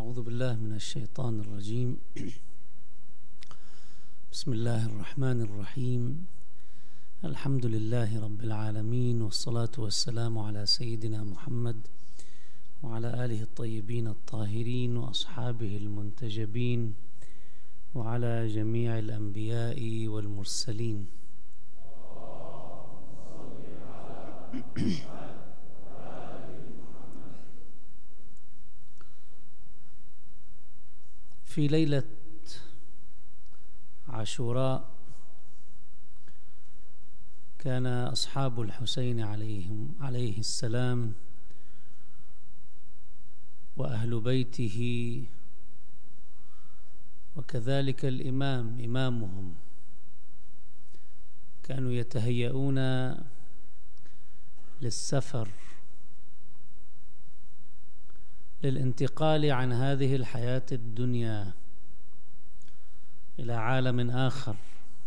أعوذ بالله من الشيطان الرجيم. بسم الله الرحمن الرحيم. الحمد لله رب العالمين، والصلاة والسلام على سيدنا محمد وعلى آله الطيبين الطاهرين وأصحابه المنتجبين وعلى جميع الأنبياء والمرسلين. في ليلة عاشوراء كان أصحاب الحسين عليه السلام وأهل بيته وكذلك إمامهم كانوا يتهيئون للسفر للانتقال عن هذه الحياة الدنيا إلى عالم آخر،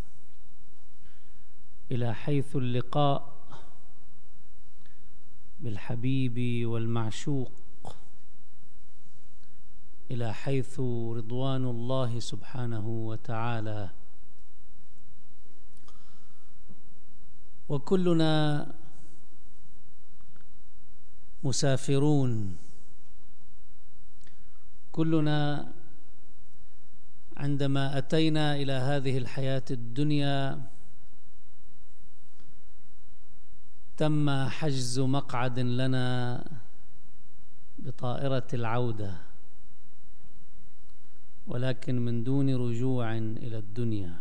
إلى حيث اللقاء بالحبيب والمعشوق، إلى حيث رضوان الله سبحانه وتعالى. وكلنا مسافرون، كلنا عندما أتينا إلى هذه الحياة الدنيا تم حجز مقعد لنا بطائرة العودة، ولكن من دون رجوع إلى الدنيا.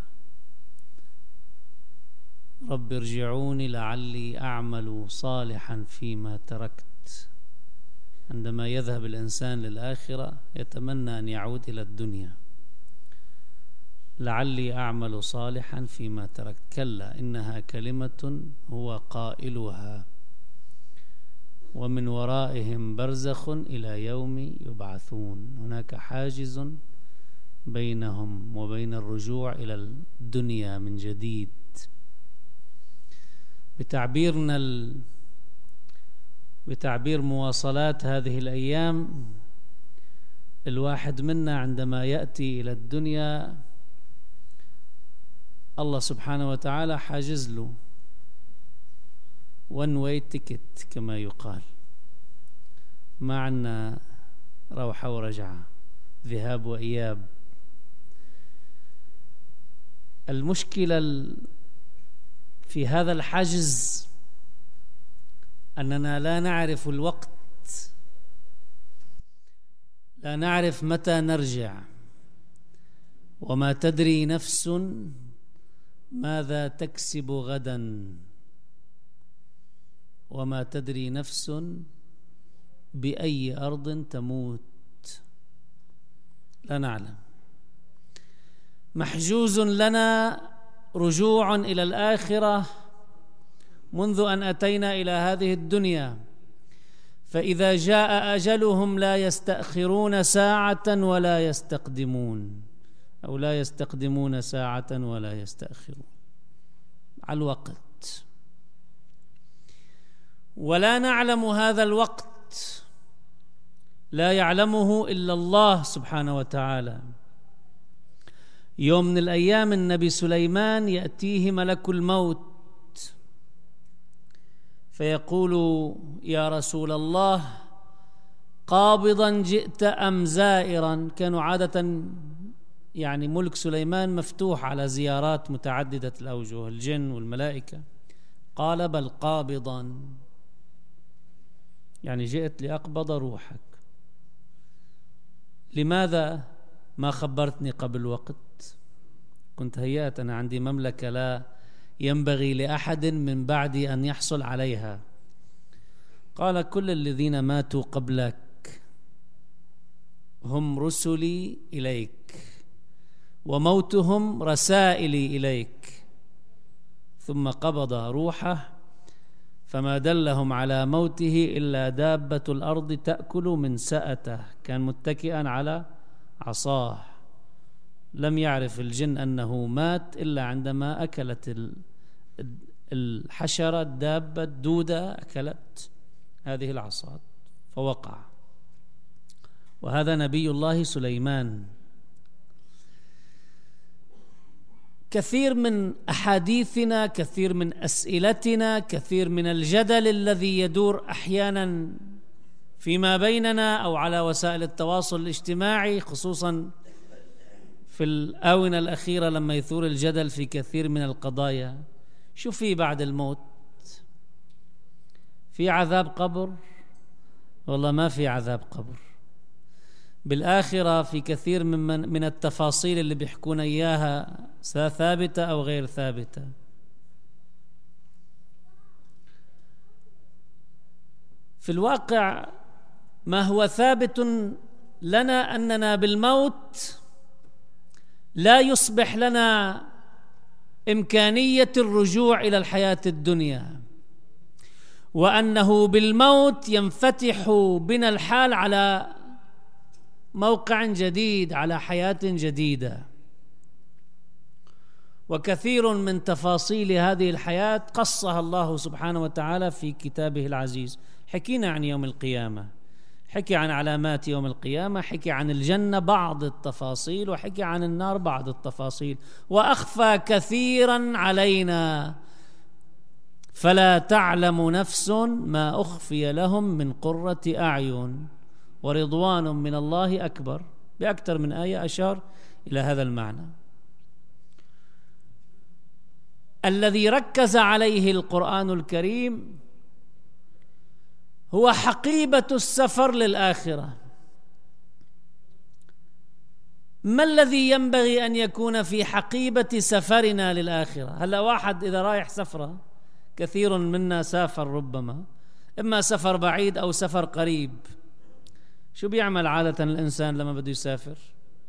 رب ارجعوني لعلي أعمل صالحا فيما تركت. عندما يذهب الإنسان للآخرة يتمنى أن يعود إلى الدنيا. لعلي أعمل صالحا فيما تركت، كلا إنها كلمة هو قائلها ومن ورائهم برزخ إلى يوم يبعثون. هناك حاجز بينهم وبين الرجوع إلى الدنيا من جديد. بتعبير مواصلات هذه الأيام، الواحد منا عندما يأتي إلى الدنيا الله سبحانه وتعالى حاجز له one way ticket كما يقال، ما عنا روحة ورجعة، ذهاب وإياب. المشكلة في هذا الحجز أننا لا نعرف الوقت، لا نعرف متى نرجع، وما تدري نفس ماذا تكسب غدا، وما تدري نفس بأي أرض تموت، لا نعلم. محجوز لنا رجوع إلى الآخرة منذ أن أتينا إلى هذه الدنيا، فإذا جاء أجلهم لا يستأخرون ساعة ولا يستقدمون، أو لا يستقدمون ساعة ولا يستأخرون على الوقت. ولا نعلم هذا الوقت، لا يعلمه إلا الله سبحانه وتعالى. يوم من الأيام النبي سليمان يأتيه ملك الموت فيقول: يا رسول الله، قابضا جئت أم زائرا؟ كانوا عادة ملك سليمان مفتوح على زيارات متعددة الأوجه، الجن والملائكة. قال: بل قابضا، جئت لأقبض روحك. لماذا ما خبرتني قبل وقت؟ كنت هيأت، أنا عندي مملكة لا ينبغي لأحد من بعدي أن يحصل عليها. قال: كل الذين ماتوا قبلك هم رسلي إليك، وموتهم رسائلي إليك. ثم قبض روحه، فما دلهم على موته إلا دابة الأرض تأكل من سأته. كان متكئا على عصاه، لم يعرف الجن أنه مات إلا عندما أكلت الحشرة، الدابة، الدودة، أكلت هذه العصا فوقع. وهذا نبي الله سليمان. كثير من أحاديثنا، كثير من أسئلتنا، كثير من الجدل الذي يدور أحيانا فيما بيننا أو على وسائل التواصل الاجتماعي، خصوصا في الآونة الأخيرة لما يثور الجدل في كثير من القضايا: شو في بعد الموت؟ في عذاب قبر؟ والله ما في عذاب قبر. بالآخرة في كثير من التفاصيل اللي بيحكونا إياها ثابتة أو غير ثابتة. في الواقع ما هو ثابت لنا أننا بالموت لا يصبح لنا إمكانية الرجوع إلى الحياة الدنيا، وأنه بالموت ينفتح بنا الحال على موقع جديد، على حياة جديدة. وكثير من تفاصيل هذه الحياة قصها الله سبحانه وتعالى في كتابه العزيز. حكينا عن يوم القيامة، حكي عن علامات يوم القيامة، حكي عن الجنة بعض التفاصيل، وحكي عن النار بعض التفاصيل، وأخفى كثيرا علينا. فلا تعلم نفس ما أخفي لهم من قرة أعين ورضوان من الله أكبر. بأكثر من آية أشار إلى هذا المعنى. الذي ركز عليه القرآن الكريم هو حقيبة السفر للآخرة. ما الذي ينبغي أن يكون في حقيبة سفرنا للآخرة؟ هلأ واحد إذا رايح سفرة، كثير منا سافر ربما، إما سفر بعيد أو سفر قريب، شو بيعمل عادة الإنسان لما بده يسافر؟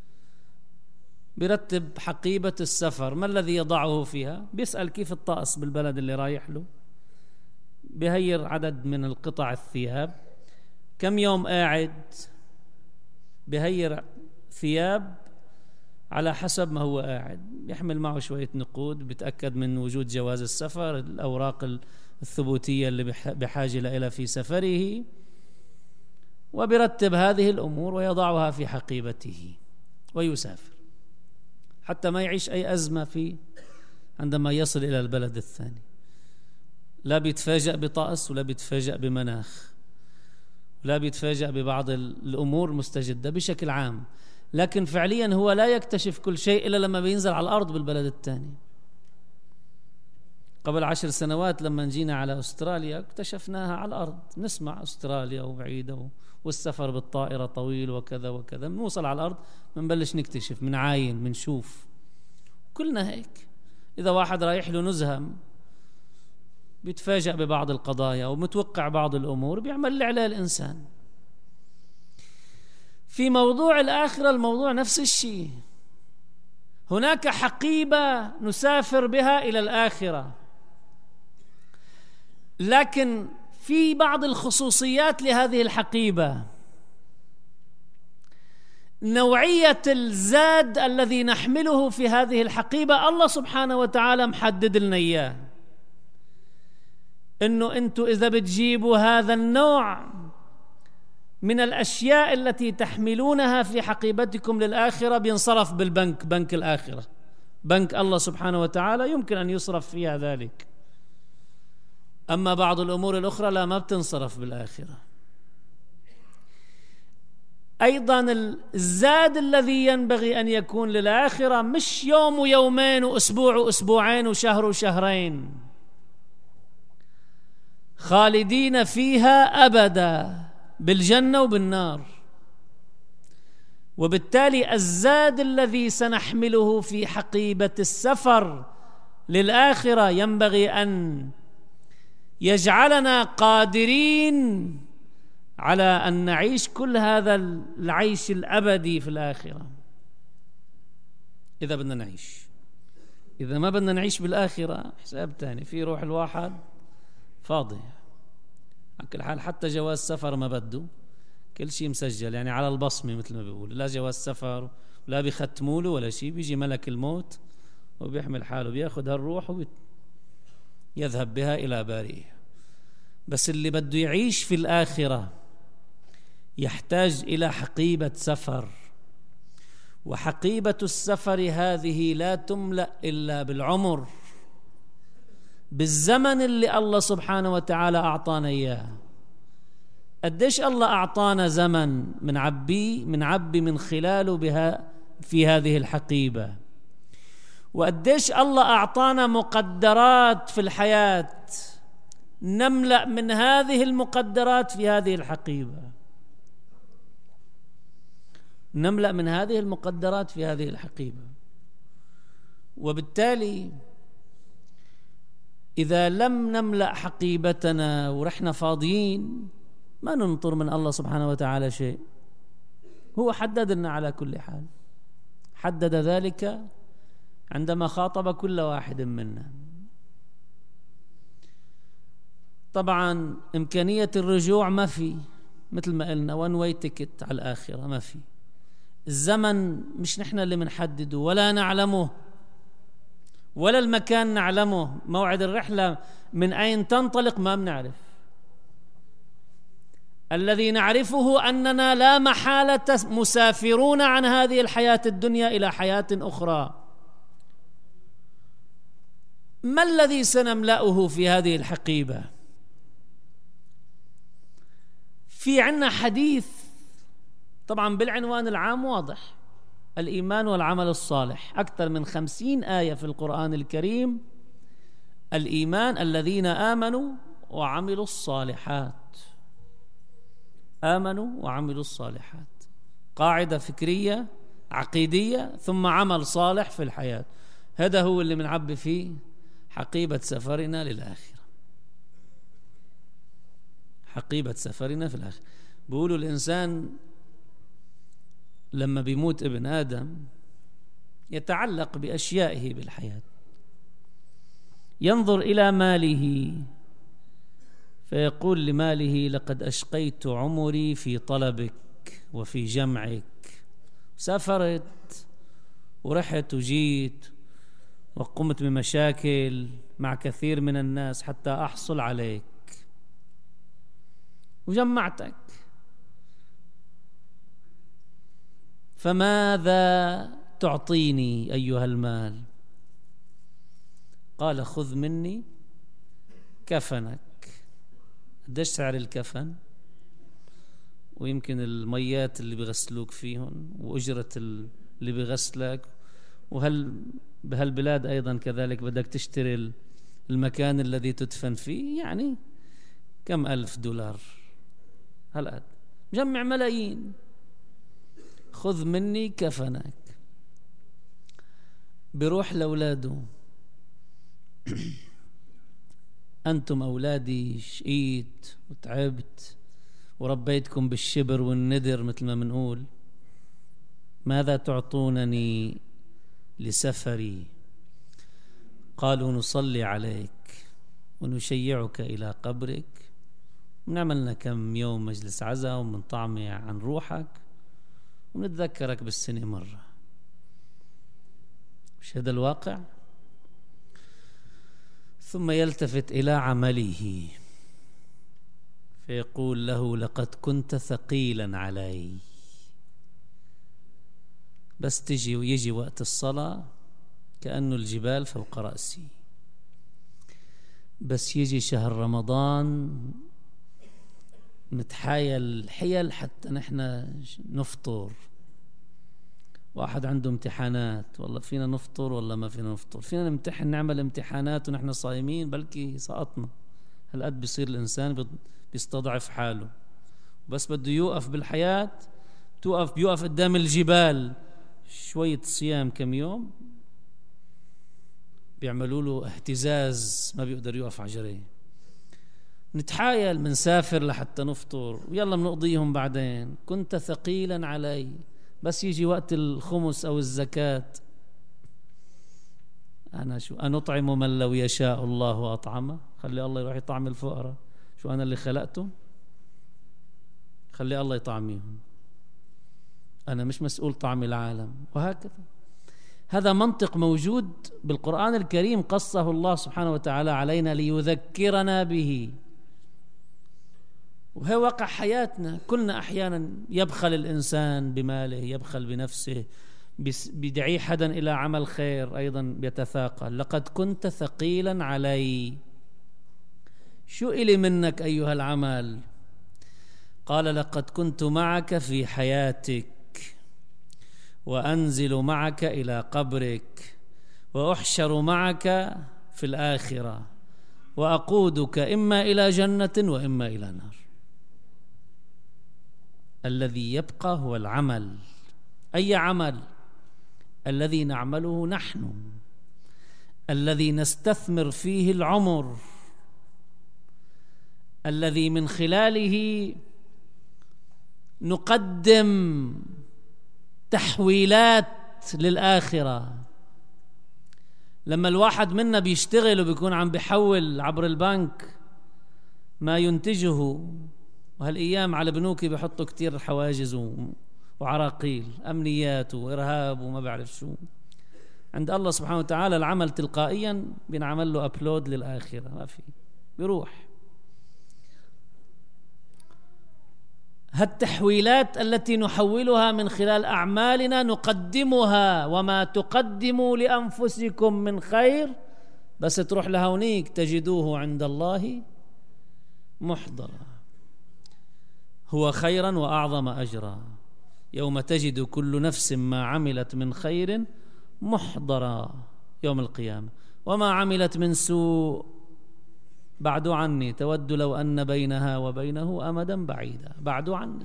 بيرتب حقيبة السفر. ما الذي يضعه فيها؟ بيسأل كيف الطقس بالبلد اللي رايح له، بيهير عدد من القطع الثياب، كم يوم قاعد، بيهير ثياب على حسب ما هو قاعد، يحمل معه شوية نقود، بيتأكد من وجود جواز السفر، الأوراق الثبوتية اللي بحاجة لها في سفره، وبيرتب هذه الأمور ويضعها في حقيبته ويسافر حتى ما يعيش أي أزمة عندما يصل إلى البلد الثاني. لا بيتفاجأ بطقس، ولا بيتفاجأ بمناخ، ولا بيتفاجأ ببعض الأمور المستجدة بشكل عام، لكن فعليا هو لا يكتشف كل شيء إلا لما بينزل على الأرض بالبلد الثاني. قبل 10 سنوات لما جينا على أستراليا اكتشفناها على الأرض، نسمع أستراليا وبعيدة والسفر بالطائرة طويل وكذا وكذا، بنوصل على الأرض بنبلش نكتشف، بنعاين، بنشوف. كلنا هيك. إذا واحد رايح له نزهة بيتفاجأ ببعض القضايا ومتوقع بعض الأمور، بيعمل اللي عليه الإنسان. في موضوع الآخرة الموضوع نفس الشيء. هناك حقيبة نسافر بها إلى الآخرة، لكن في بعض الخصوصيات لهذه الحقيبة. نوعية الزاد الذي نحمله في هذه الحقيبة الله سبحانه وتعالى محدد لنا إياه، إنه أنتوا إذا بتجيبوا هذا النوع من الأشياء التي تحملونها في حقيبتكم للآخرة بينصرف بالبنك، بنك الآخرة، بنك الله سبحانه وتعالى يمكن أن يصرف فيها ذلك. أما بعض الأمور الأخرى لا، ما بتنصرف بالآخرة. أيضا الزاد الذي ينبغي أن يكون للآخرة مش يوم ويومين وأسبوع وأسبوعين وشهر وشهرين، خالدين فيها أبدا بالجنة وبالنار. وبالتالي الزاد الذي سنحمله في حقيبة السفر للآخرة ينبغي أن يجعلنا قادرين على أن نعيش كل هذا العيش الأبدي في الآخرة، إذا بدنا نعيش. إذا ما بدنا نعيش بالآخرة حساب تاني، في روح الواحد فاضي على كل حال. حتى جواز سفر ما بده، كل شيء مسجل يعني على البصمة مثل ما بيقول، لا جواز سفر ولا بيختموا له ولا شيء، بيجي ملك الموت وبيحمل حاله، بياخذ هالروح ويذهب بها إلى بارئه. بس اللي بده يعيش في الآخرة يحتاج إلى حقيبة سفر، وحقيبة السفر هذه لا تملأ إلا بالعمر، بالزمن اللي الله سبحانه وتعالى أعطانا إياه. قديش الله أعطانا زمن منعبي من خلاله في هذه الحقيبة، وقديش الله أعطانا مقدرات في الحياة نملأ من هذه المقدرات في هذه الحقيبة، نملأ من هذه المقدرات في هذه الحقيبة. وبالتالي إذا لم نملأ حقيبتنا ورحنا فاضيين ما ننطر من الله سبحانه وتعالى شيء. هو حدد لنا على كل حال، حدد ذلك عندما خاطب كل واحد منا. طبعا إمكانية الرجوع ما في، مثل ما قلنا وان واي تيكت على الآخرة، ما في. الزمن مش نحن اللي منحدده ولا نعلمه، ولا المكان نعلمه. موعد الرحلة من أين تنطلق ما بنعرف. الذي نعرفه أننا لا محالة مسافرون عن هذه الحياة الدنيا إلى حياة أخرى. ما الذي سنملأه في هذه الحقيبة؟ في عنا حديث طبعا بالعنوان العام واضح، الإيمان والعمل الصالح. أكثر من 50 آية في القرآن الكريم الإيمان، الذين آمنوا وعملوا الصالحات. آمنوا وعملوا الصالحات، قاعدة فكرية عقيدية، ثم عمل صالح في الحياة. هذا هو اللي منعبي فيه حقيبة سفرنا للآخرة. حقيبة سفرنا في الآخرة. بيقولوا الإنسان لما بيموت ابن آدم يتعلق بأشيائه بالحياة، ينظر إلى ماله فيقول لماله لقد أشقيت عمري في طلبك وفي جمعك، سافرت ورحت وجيت وقمت بمشاكل مع كثير من الناس حتى أحصل عليك وجمعتك، فماذا تعطيني أيها المال؟ قال خذ مني كفنك. قديش سعر الكفن؟ ويمكن الميات اللي بغسلوك فيهم وأجرة اللي بغسلك، وهل بهالبلاد أيضا كذلك بدك تشتري المكان الذي تدفن فيه، يعني كم $1000 هالقد، جمع ملايين. خذ مني كفنك. بروح لأولاده أنتم أولادي شقيت وتعبت وربيتكم بالشبر والندر مثل ما منقول، ماذا تعطونني لسفري؟ قالوا نصلي عليك ونشيعك إلى قبرك، ونعمل لنا كم يوم مجلس عزاء ومنطعمي عن روحك ونتذكرك بالسنة مرة. مش هذا الواقع؟ ثم يلتفت إلى عمله فيقول له لقد كنت ثقيلا علي. بس تجي ويجي وقت الصلاة كأنه الجبال فوق رأسي، بس يجي شهر رمضان نتحايل حيل حتى نحن نفطر. واحد عنده امتحانات، والله فينا نفطر والله ما فينا نفطر، فينا نمتحن نعمل امتحانات ونحن صايمين، بلكي سقطنا. هالقد بيصير الإنسان بيستضعف حاله، بس بده يوقف بالحياة بيوقف قدام الجبال شوية صيام كم يوم بيعملوا له اهتزاز، ما بيقدر يوقف على جريه. نتحايل منسافر لحتى نفطر ويلا منقضيهم بعدين. كنت ثقيلا علي، بس يجي وقت الخمس أو الزكاة أنا أنطعم من لو يشاء الله أطعمه. خلي الله يروح يطعم الفقراء، شو أنا اللي خلقته؟ خلي الله يطعميهم، أنا مش مسؤول طعم العالم. وهكذا هذا منطق موجود بالقرآن الكريم، قصه الله سبحانه وتعالى علينا ليذكرنا به. وهي واقع حياتنا. كلنا أحيانا يبخل الإنسان بماله، يبخل بنفسه، بيدعي حدا إلى عمل خير أيضا بيتثاقل. لقد كنت ثقيلا علي، شو إلي منك أيها العمل؟ قال لقد كنت معك في حياتك، وأنزل معك إلى قبرك، وأحشر معك في الآخرة، وأقودك إما إلى جنة وإما إلى نار. الذي يبقى هو العمل. أي عمل؟ الذي نعمله نحن، الذي نستثمر فيه العمر، الذي من خلاله نقدم تحويلات للآخرة. لما الواحد منا بيشتغل وبيكون عم بيحول عبر البنك ما ينتجه، وهالأيام على بنوك بيحطوا كتير حواجز وعراقيل، أمنيات وإرهاب وما بعرف شو. عند الله سبحانه وتعالى العمل تلقائيا بنعمل له أبلود للآخرة، ما في، بيروح. هالتحويلات التي نحولها من خلال أعمالنا نقدمها، وما تقدموا لأنفسكم من خير بس تروح لهونيك تجدوه عند الله محضرا، هو خيرا وأعظم أجرا، يوم تجد كل نفس ما عملت من خير محضرا يوم القيامة، وما عملت من سوء بعد عني تود لو أن بينها وبينه أمدا بعيدا. بعد عني.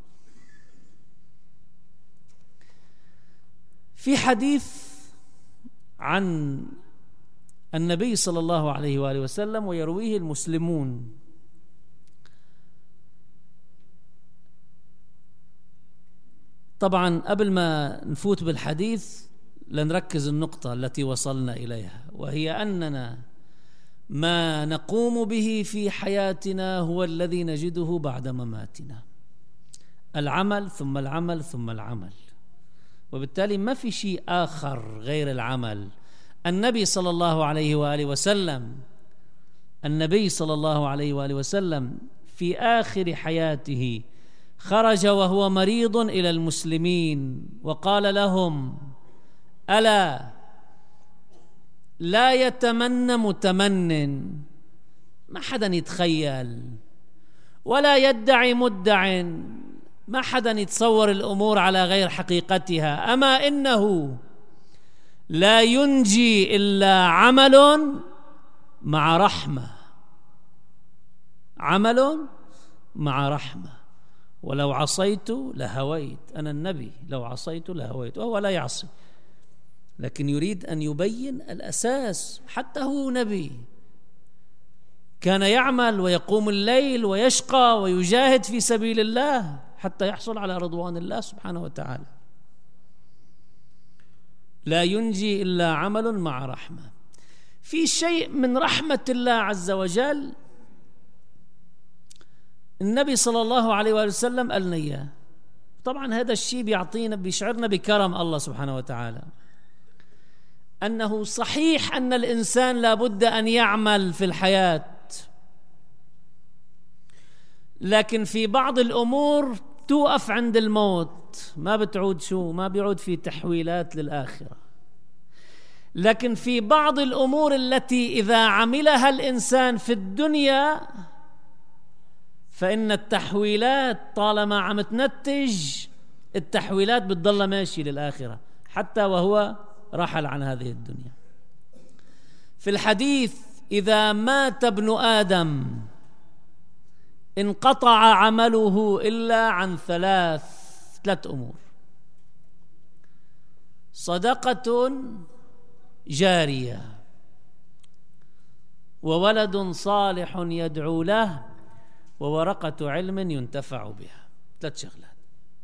في حديث عن النبي صلى الله عليه وآله وسلم ويرويه المسلمون، طبعا قبل ما نفوت بالحديث لنركز النقطة التي وصلنا إليها، وهي أننا ما نقوم به في حياتنا هو الذي نجده بعد مماتنا، العمل ثم العمل ثم العمل، وبالتالي ما في شيء آخر غير العمل. النبي صلى الله عليه وآله وسلم في آخر حياته خرج وهو مريض إلى المسلمين وقال لهم: ألا لا يتمنى متمن، ما حدا يتخيل، ولا يدعي مدع، ما حدا يتصور الأمور على غير حقيقتها، أما إنه لا ينجي إلا عمل مع رحمة، عمل مع رحمة. ولو عصيت لهويت، أنا النبي لو عصيت لهويت، وهو لا يعصي، لكن يريد أن يبين الأساس. حتى هو نبي كان يعمل ويقوم الليل ويشقى ويجاهد في سبيل الله حتى يحصل على رضوان الله سبحانه وتعالى. لا ينجي إلا عمل مع رحمة. في شيء من رحمة الله عز وجل النبي صلى الله عليه وآله وسلم قالنا إياه. طبعا هذا الشيء بيشعرنا بكرم الله سبحانه وتعالى، أنه صحيح أن الإنسان لابد أن يعمل في الحياة، لكن في بعض الأمور توقف عند الموت، ما بتعود ما بيعود في تحويلات للآخرة. لكن في بعض الأمور التي إذا عملها الإنسان في الدنيا فإن التحويلات طالما عم تنتج التحويلات بتضل ماشي للآخرة حتى وهو رحل عن هذه الدنيا. في الحديث: إذا مات ابن آدم انقطع عمله إلا عن ثلاث أمور: صدقة جارية، وولد صالح يدعو له، وورقة علم ينتفع بها. 3 شغلات.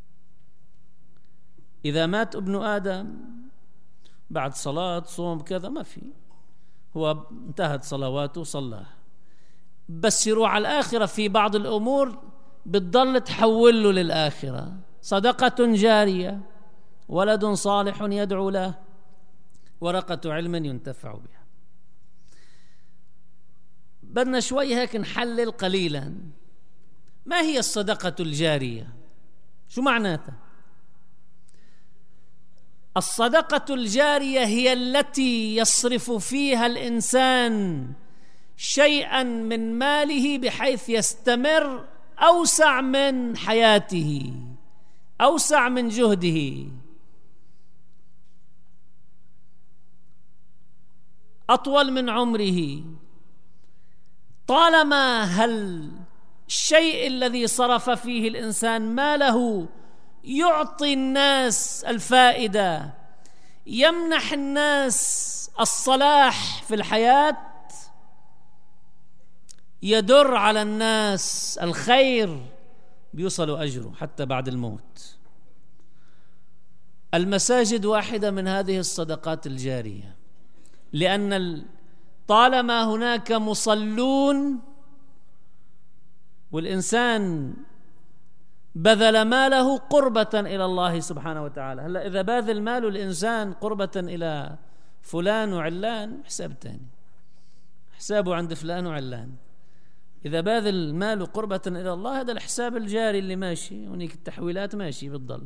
إذا مات ابن آدم بعد صلاة صوم كذا ما في، هو انتهت صلواته صلاها، بس يروح على الآخرة في بعض الأمور بتضل تحول له للآخرة: صدقة جارية، ولد صالح يدعو له، ورقة علم ينتفع بها. بدنا شوي هيك نحلل قليلا ما هي الصدقة الجارية؟ شو معناتها؟ الصدقة الجارية هي التي يصرف فيها الإنسان شيئا من ماله بحيث يستمر أوسع من حياته، أوسع من جهده، أطول من عمره، طالما الشيء الذي صرف فيه الإنسان ماله يعطي الناس الفائدة، يمنح الناس الصلاح في الحياة، يدر على الناس الخير، بيوصلوا أجره حتى بعد الموت. المساجد واحدة من هذه الصدقات الجارية، لأن طالما هناك مصلون والإنسان بذل ماله قربة إلى الله سبحانه وتعالى. هلأ إذا باذل ماله الإنسان قربة إلى فلان وعلان حساب تاني، حسابه عند فلان وعلان. إذا باذل ماله قربة إلى الله هذا الحساب الجاري اللي ماشي، هناك التحويلات ماشي بتضل.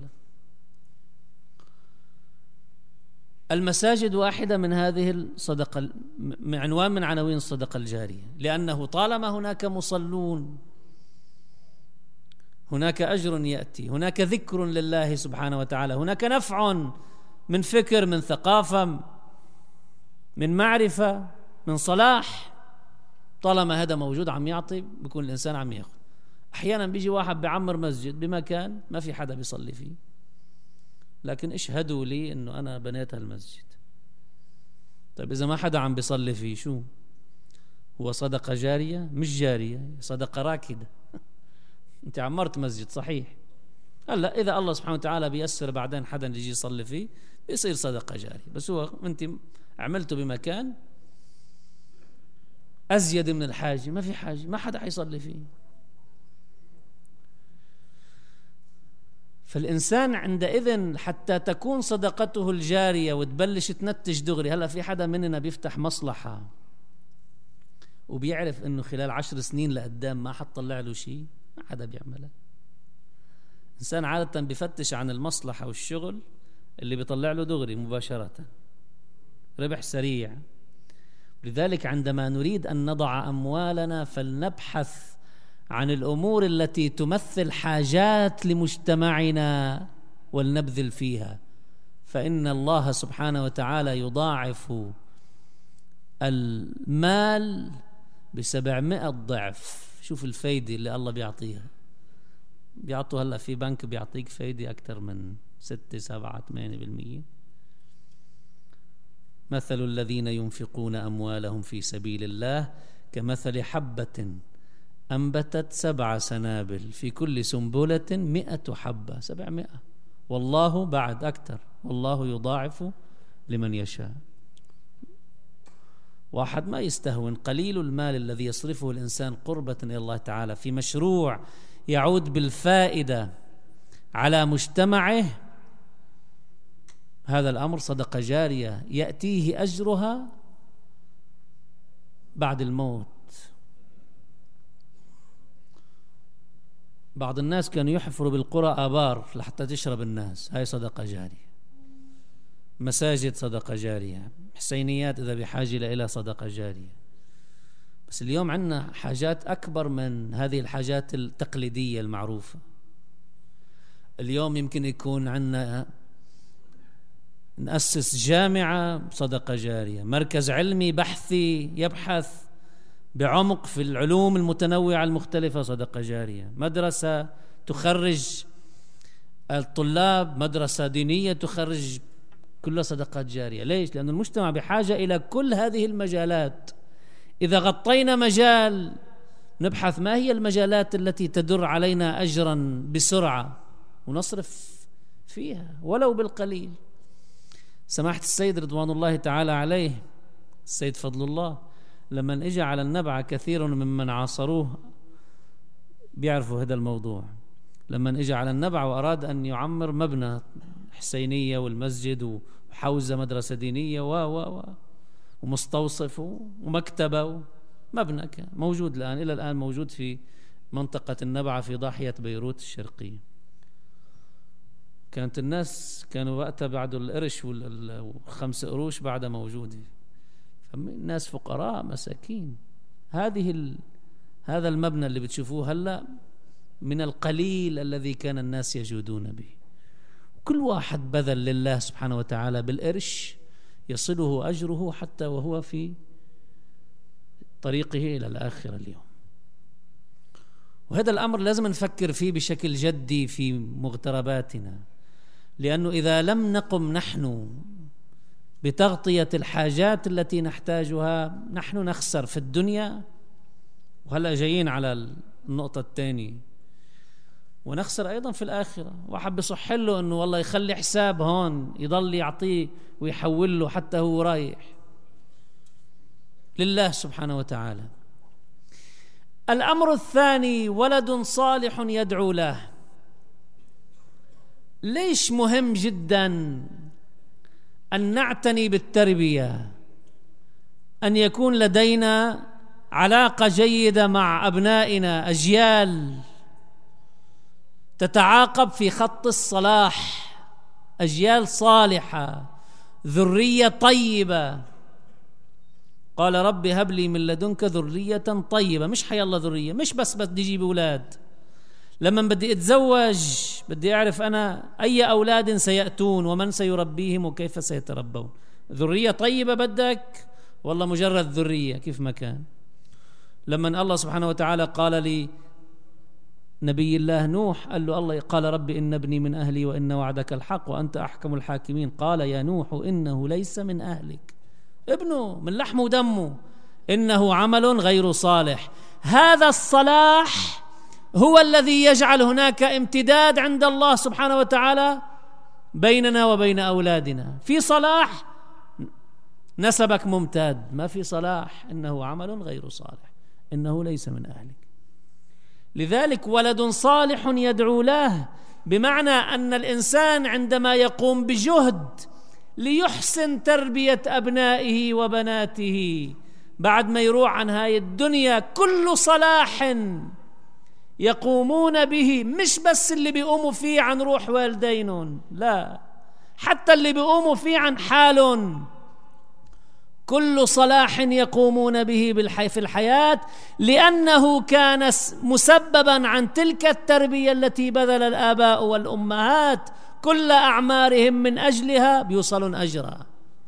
المساجد واحدة من هذه الصدقة، عنوان من عناوين الصدقة الجارية، لأنه طالما هناك مصلون هناك أجر يأتي، هناك ذكر لله سبحانه وتعالى، هناك نفع من فكر، من ثقافة، من معرفة، من صلاح. طالما هذا موجود عم يعطي، بيكون الإنسان عم ياخذ. أحيانا بيجي واحد بعمر مسجد بمكان ما في حدا بيصلي فيه، لكن اشهدوا لي إنه أنا بنيت هالمسجد. طيب إذا ما حدا عم بيصلي فيه شو هو؟ صدقة جارية؟ مش جارية، صدقة راكدة. أنت عمرت مسجد صحيح، هلا إذا الله سبحانه وتعالى بيسر بعدين حدا يجي يصلي فيه بيصير صدقة جارية، بس هو أنت عملته بمكان أزيد من الحاجة، ما في حاجة، ما حدا حيصلي فيه. فالإنسان عندئذ حتى تكون صدقته الجارية وتبلش تنتج دغري. هلا في حدا مننا بيفتح مصلحة وبيعرف إنه خلال 10 سنين لقدام ما حتطلع له شيء؟ ما حدا بيعملها. إنسان عادة بيفتش عن المصلحة والشغل اللي بيطلع له دغري مباشرة، ربح سريع. لذلك عندما نريد أن نضع أموالنا فلنبحث عن الأمور التي تمثل حاجات لمجتمعنا ولنبذل فيها، فإن الله سبحانه وتعالى يضاعف المال ب700 ضعف. شوف الفايدة اللي الله بيعطيها. بيعطوا هلأ في بنك بيعطيك فايدة أكثر من 6 7 8%. مثل الذين ينفقون أموالهم في سبيل الله كمثل حبة أنبتت 7 سنابل في كل سنبلة 100 حبة، 700. والله بعد أكثر، والله يضاعف لمن يشاء. واحد ما يستهون قليل المال الذي يصرفه الإنسان قربة إلى الله تعالى في مشروع يعود بالفائدة على مجتمعه، هذا الأمر صدقة جارية يأتيه أجرها بعد الموت. بعض الناس كانوا يحفروا بالقرى آبار لحتى تشرب الناس، هاي صدقة جارية. مساجد صدقة جارية، حسينيات إذا بحاجة إلى صدقة جارية. بس اليوم عندنا حاجات أكبر من هذه الحاجات التقليدية المعروفة. اليوم يمكن يكون عندنا نأسس جامعة صدقة جارية، مركز علمي بحثي يبحث بعمق في العلوم المتنوعة المختلفة صدقة جارية، مدرسة تخرج الطلاب، مدرسة دينية تخرج، كلها صدقات جارية. ليش؟ لأن المجتمع بحاجة إلى كل هذه المجالات. إذا غطينا مجال نبحث ما هي المجالات التي تدر علينا أجرا بسرعة ونصرف فيها ولو بالقليل. سماحة السيد رضوان الله تعالى عليه، السيد فضل الله، لما اجى على النبعة كثير ممن عاصروه بيعرفوا هذا الموضوع. لما اجى على النبعة وأراد أن يعمر مبنى حسينية والمسجد وحوزة مدرسة دينية ومستوصف ومكتبة، مبنى موجود الآن، إلى الآن موجود في منطقة النبعة في ضاحية بيروت الشرقية. كانت الناس كانوا وقتها بعد القرش والخمس قروش بعد موجودة، الناس فقراء مساكين. هذا المبنى اللي بتشوفوه هلأ من القليل الذي كان الناس يجودون به. كل واحد بذل لله سبحانه وتعالى بالقرش يصله أجره حتى وهو في طريقه إلى الآخرة اليوم. وهذا الأمر لازم نفكر فيه بشكل جدي في مغترباتنا، لأنه إذا لم نقم نحن بتغطية الحاجات التي نحتاجها نحن نخسر في الدنيا، وهلأ جايين على النقطة الثانية، ونخسر أيضا في الآخرة. واحد بصح له أنه والله يخلي حساب هون يضل يعطيه ويحول له حتى هو رايح لله سبحانه وتعالى. الأمر الثاني ولد صالح يدعو له. ليش مهم جدا أن نعتني بالتربية، أن يكون لدينا علاقة جيدة مع أبنائنا، أجيال تتعاقب في خط الصلاح، أجيال صالحة، ذرية طيبة. قال رب هب لي من لدنك ذرية طيبة، مش حي الله ذرية، مش بس بدي أجيب أولاد. لما بدي أتزوج بدي أعرف أنا أي أولاد سيأتون ومن سيربيهم وكيف سيتربون. ذرية طيبة بدك والله مجرد ذرية كيف ما كان. لما الله سبحانه وتعالى قال لي نبي الله نوح، قال له الله قال ربي إن ابني من أهلي وإن وعدك الحق وأنت أحكم الحاكمين. قال يا نوح إنه ليس من أهلك، ابنه من لحمه ودمه، إنه عمل غير صالح. هذا الصلاح هو الذي يجعل هناك امتداد عند الله سبحانه وتعالى بيننا وبين أولادنا. في صلاح نسبك ممتد، ما في صلاح إنه عمل غير صالح، إنه ليس من أهلك. لذلك ولد صالح يدعو له، بمعنى أن الإنسان عندما يقوم بجهد ليحسن تربية أبنائه وبناته بعد ما يروح عن هاي الدنيا، كل صلاح يقومون به، مش بس اللي بيقوموا فيه عن روح والدينهم، لا، حتى اللي بيقوموا فيه عن حالهم، كل صلاح يقومون به في الحياة، لأنه كان مسببا عن تلك التربية التي بذل الآباء والأمهات كل أعمارهم من أجلها بيوصلون أجرا.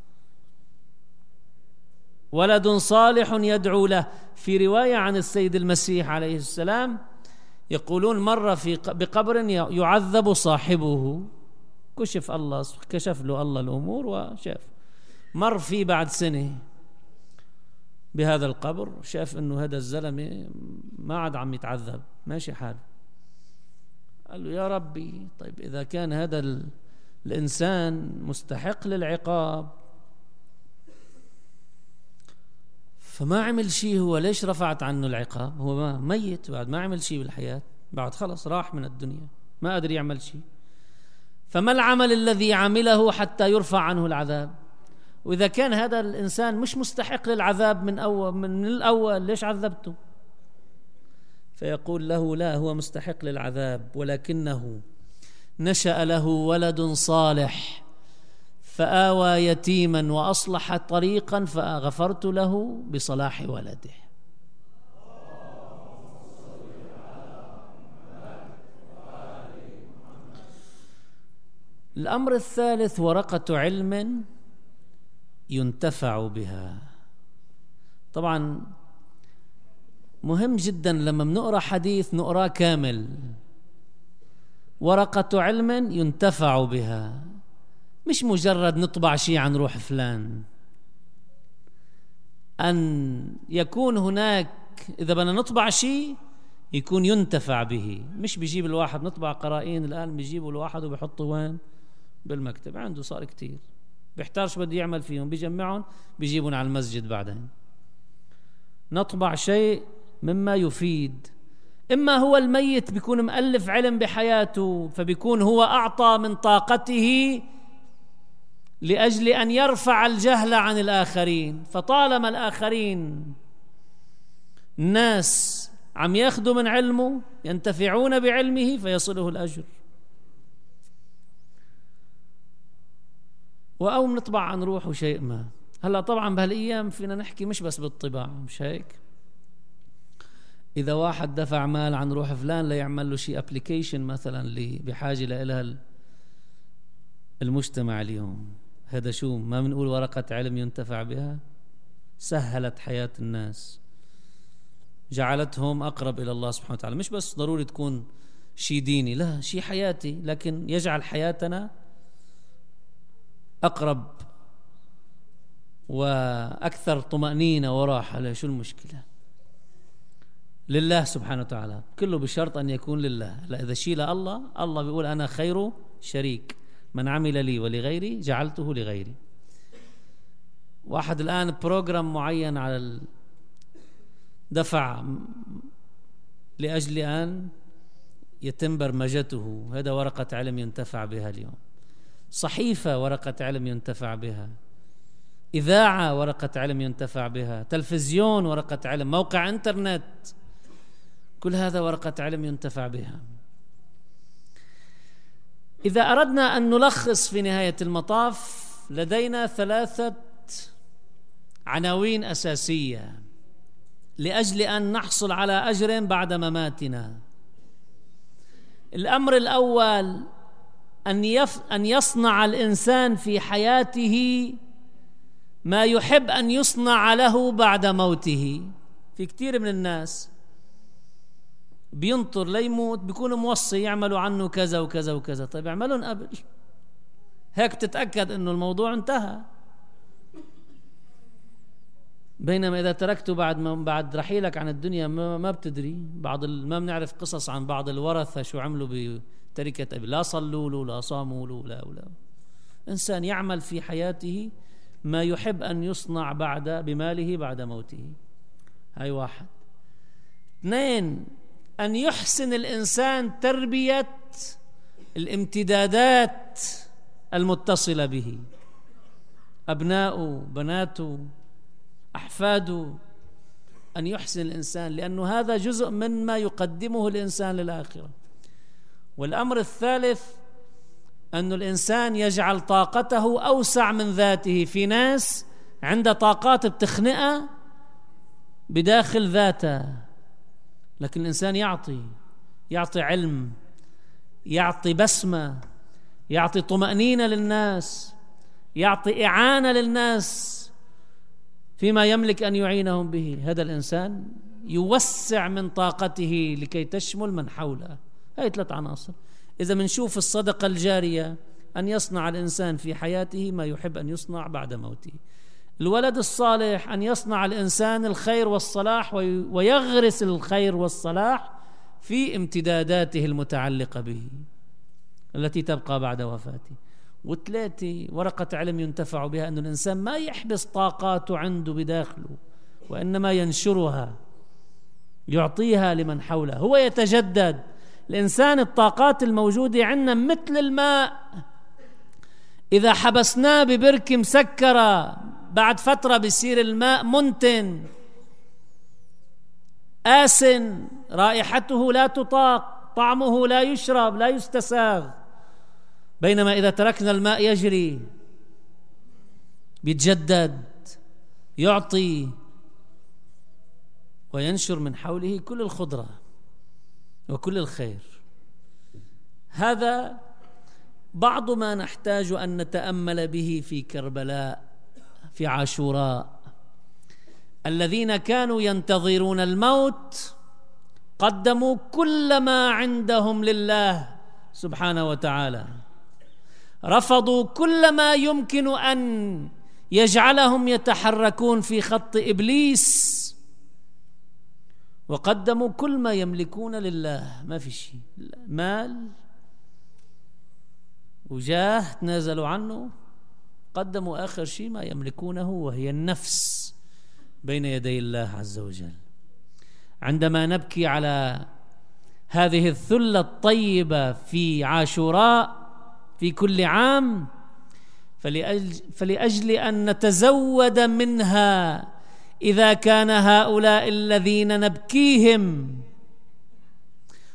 ولد صالح يدعو له. في رواية عن السيد المسيح عليه السلام يقولون مر بقبر يعذب صاحبه، كشف له الله الأمور وشاف، مر فيه بعد سنة بهذا القبر، شاف أنه هذا الزلمة ما عاد عم يتعذب ماشي حاله. قال له يا ربي طيب إذا كان هذا الإنسان مستحق للعقاب فما عمل شيء، هو ليش رفعت عنه العقاب؟ هو ميت بعد، ما عمل شيء بالحياة، بعد خلص راح من الدنيا ما قدر يعمل شيء، فما العمل الذي عمله حتى يرفع عنه العذاب؟ وإذا كان هذا الإنسان مش مستحق للعذاب من الأول ليش عذبته؟ فيقول له لا، هو مستحق للعذاب، ولكنه نشأ له ولد صالح فآوى يتيما وأصلح طريقا فغفرت له بصلاح ولده. الأمر الثالث ورقة علم ينتفع بها. طبعا مهم جدا لما بنقرأ حديث نقرأ كامل. ورقة علم ينتفع بها، مش مجرد نطبع شيء عن روح فلان. أن يكون هناك إذا بدنا نطبع شيء يكون ينتفع به، مش بيجيب الواحد نطبع قرائن الآن بيجيبوا الواحد وبيحطوا وين بالمكتب عنده صار كتير، بيحتارش بده يعمل فيهم، بيجمعهم بيجيبون على المسجد. بعدين نطبع شيء مما يفيد. إما هو الميت بيكون مؤلف علم بحياته فبيكون هو أعطى من طاقته لأجل أن يرفع الجهل عن الآخرين، فطالما الآخرين الناس عم ياخذوا من علمه، ينتفعون بعلمه فيصله الأجر. أو نطبع عن روحه شيء ما. هلا طبعا بهالأيام فينا نحكي مش بس بالطباعة، مش هيك؟ إذا واحد دفع مال عن روح فلان ليعمل له شيء ابليكيشن مثلا اللي بحاجة لها المجتمع اليوم، هذا شو ما بنقول ورقة علم ينتفع بها؟ سهلت حياة الناس، جعلتهم أقرب إلى الله سبحانه وتعالى. مش بس ضروري تكون شيء ديني، لا، شيء حياتي، لكن يجعل حياتنا أقرب وأكثر طمأنينة وراحة. شو المشكلة؟ لله سبحانه وتعالى، كله بشرط أن يكون لله. لا، إذا شيء لله، الله بيقول أنا خير شريك، من عمل لي ولغيري جعلته لغيري. واحد الآن بروجرام معين على دفع لأجل أن يتم برمجته، هذا ورقة علم ينتفع بها اليوم. صحيفة ورقة علم ينتفع بها، إذاعة ورقة علم ينتفع بها، تلفزيون ورقة علم، موقع إنترنت، كل هذا ورقة علم ينتفع بها. إذا أردنا أن نلخص في نهاية المطاف، لدينا 3 عناوين أساسية لأجل أن نحصل على أجر بعد مماتنا. الأمر الأول أن يصنع الإنسان في حياته ما يحب أن يصنع له بعد موته. في كثير من الناس بينطر ليموت، بيكون موصي يعملوا عنه كذا وكذا وكذا. طيب اعملون قبل، هيك تتأكد أنه الموضوع انتهى. بينما إذا تركته بعد رحيلك عن الدنيا ما بتدري. ما بنعرف قصص عن بعض الورثة شو عملوا بتركة أبي، لا صلوا له، لا صاموا له، لا. إنسان يعمل في حياته ما يحب أن يصنع بماله بعد موته. هاي 1. 2، أن يحسن الإنسان تربية الامتدادات المتصلة به، أبناؤه، بناته، أحفاده، أن يحسن الإنسان، لأنه هذا جزء من ما يقدمه الإنسان للآخرة. والأمر الثالث أن الإنسان يجعل طاقته أوسع من ذاته. في ناس عنده طاقات بتخنقها بداخل ذاته، لكن الإنسان يعطي علم، يعطي بسمة، يعطي طمأنينة للناس، يعطي إعانة للناس فيما يملك أن يعينهم به. هذا الإنسان يوسع من طاقته لكي تشمل من حوله. هاي 3 عناصر. إذا منشوف الصدقة الجارية، أن يصنع الإنسان في حياته ما يحب أن يصنع بعد موته. الولد الصالح، أن يصنع الإنسان الخير والصلاح ويغرس الخير والصلاح في امتداداته المتعلقة به التي تبقى بعد وفاته. 3، ورقة علم ينتفع بها، أن الإنسان ما يحبس طاقاته عنده بداخله، وإنما ينشرها، يعطيها لمن حوله. هو يتجدد. الإنسان الطاقات الموجودة عندنا مثل الماء، إذا حبسناه ببركة مسكرة بعد فترة بيصير الماء منتن آسن، رائحته لا تطاق، طعمه لا يشرب، لا يستساغ. بينما إذا تركنا الماء يجري، بيتجدد، يعطي وينشر من حوله كل الخضرة وكل الخير. هذا بعض ما نحتاج أن نتأمل به في كربلاء، في عاشوراء. الذين كانوا ينتظرون الموت قدموا كل ما عندهم لله سبحانه وتعالى، رفضوا كل ما يمكن أن يجعلهم يتحركون في خط إبليس، وقدموا كل ما يملكون لله. ما في شيء، مال وجاه تنازلوا عنه، قدموا آخر شيء ما يملكونه، وهي النفس بين يدي الله عز وجل. عندما نبكي على هذه الثلة الطيبة في عاشوراء في كل عام، فلأجل أن نتزود منها إذا كان هؤلاء الذين نبكيهم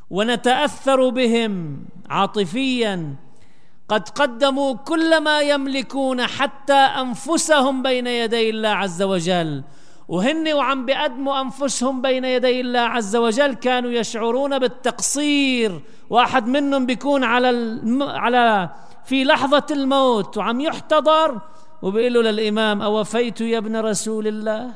ونتأثر بهم عاطفيا. قد قدموا كل ما يملكون حتى أنفسهم بين يدي الله عز وجل، وهن وعم بيقدموا أنفسهم بين يدي الله عز وجل كانوا يشعرون بالتقصير. واحد منهم بيكون في لحظة الموت وعم يحتضر وبيقول له للإمام: أوفيت يا ابن رسول الله؟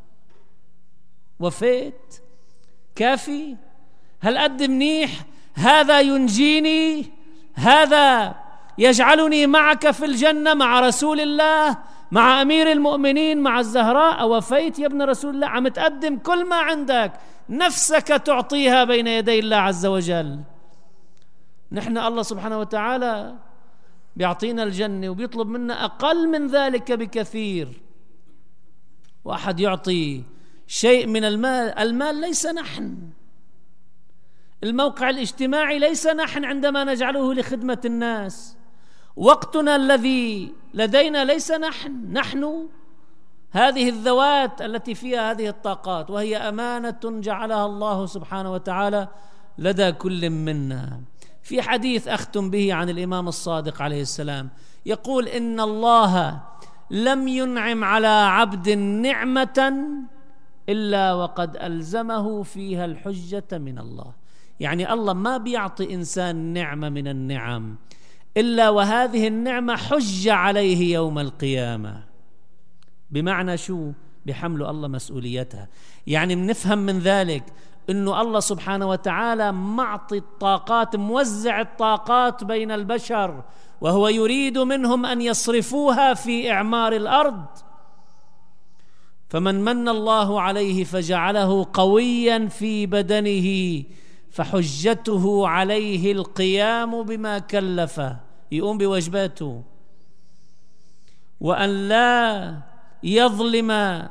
وفيت؟ كافي؟ هل قد منيح؟ هذا ينجيني؟ هذا يجعلني معك في الجنة مع رسول الله، مع أمير المؤمنين، مع الزهراء؟ أوفيت يا ابن رسول الله؟ عم تقدم كل ما عندك، نفسك تعطيها بين يدي الله عز وجل. نحن الله سبحانه وتعالى بيعطينا الجنة وبيطلب منا أقل من ذلك بكثير. واحد يعطي شيء من المال ليس نحن، الموقع الاجتماعي ليس نحن عندما نجعله لخدمة الناس، وقتنا الذي لدينا ليس نحن هذه الذوات التي فيها هذه الطاقات، وهي أمانة جعلها الله سبحانه وتعالى لدى كل منا. في حديث أختم به عن الإمام الصادق عليه السلام يقول: إن الله لم ينعم على عبد نعمة إلا وقد ألزمه فيها الحجة من الله. يعني الله ما بيعطي إنسان نعمة من النعم إلا وهذه النعمة حجة عليه يوم القيامة. بمعنى شو؟ بحمل الله مسؤوليتها. يعني بنفهم من ذلك إنه الله سبحانه وتعالى معطي الطاقات، موزع الطاقات بين البشر، وهو يريد منهم أن يصرفوها في إعمار الأرض. فمن من الله عليه فجعله قويا في بدنه فحجته عليه القيام بما كلفه، يقوم بواجباته، وأن لا يظلم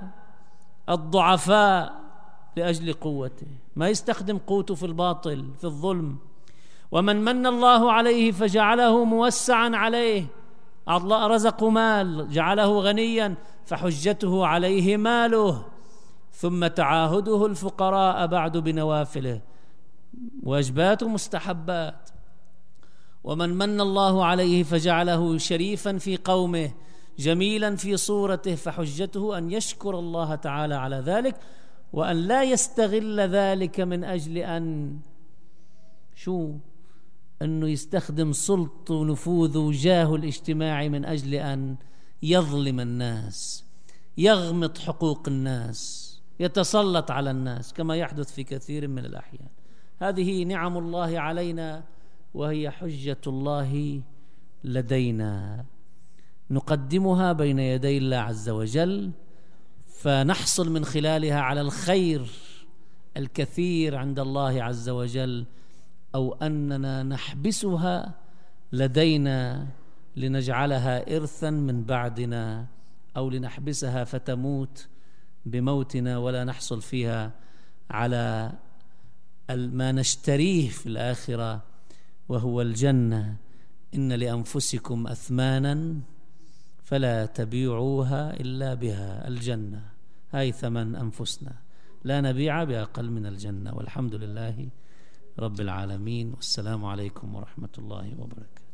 الضعفاء لأجل قوته، ما يستخدم قوته في الباطل في الظلم. ومن من الله عليه فجعله موسعا عليه، الله رزقه مال جعله غنيا فحجته عليه ماله، ثم تعاهده الفقراء بعد بنوافله، واجبات ومستحبات. ومن من الله عليه فجعله شريفا في قومه جميلا في صورته فحجته أن يشكر الله تعالى على ذلك، وأن لا يستغل ذلك من أجل أن أنه يستخدم سلطه ونفوذه وجاهه الاجتماعي من أجل أن يظلم الناس، يغمط حقوق الناس، يتسلط على الناس كما يحدث في كثير من الأحيان. هذه نعم الله علينا وهي حجة الله لدينا، نقدمها بين يدي الله عز وجل، فنحصل من خلالها على الخير الكثير عند الله عز وجل، أو أننا نحبسها لدينا لنجعلها إرثا من بعدنا، أو لنحبسها فتموت بموتنا ولا نحصل فيها على ما نشتريه في الآخرة وهو الجنة. إن لأنفسكم أثمانا فلا تبيعوها إلا بها، الجنة هاي ثمن أنفسنا، لا نبيع بأقل من الجنة. والحمد لله رب العالمين، والسلام عليكم ورحمة الله وبركاته.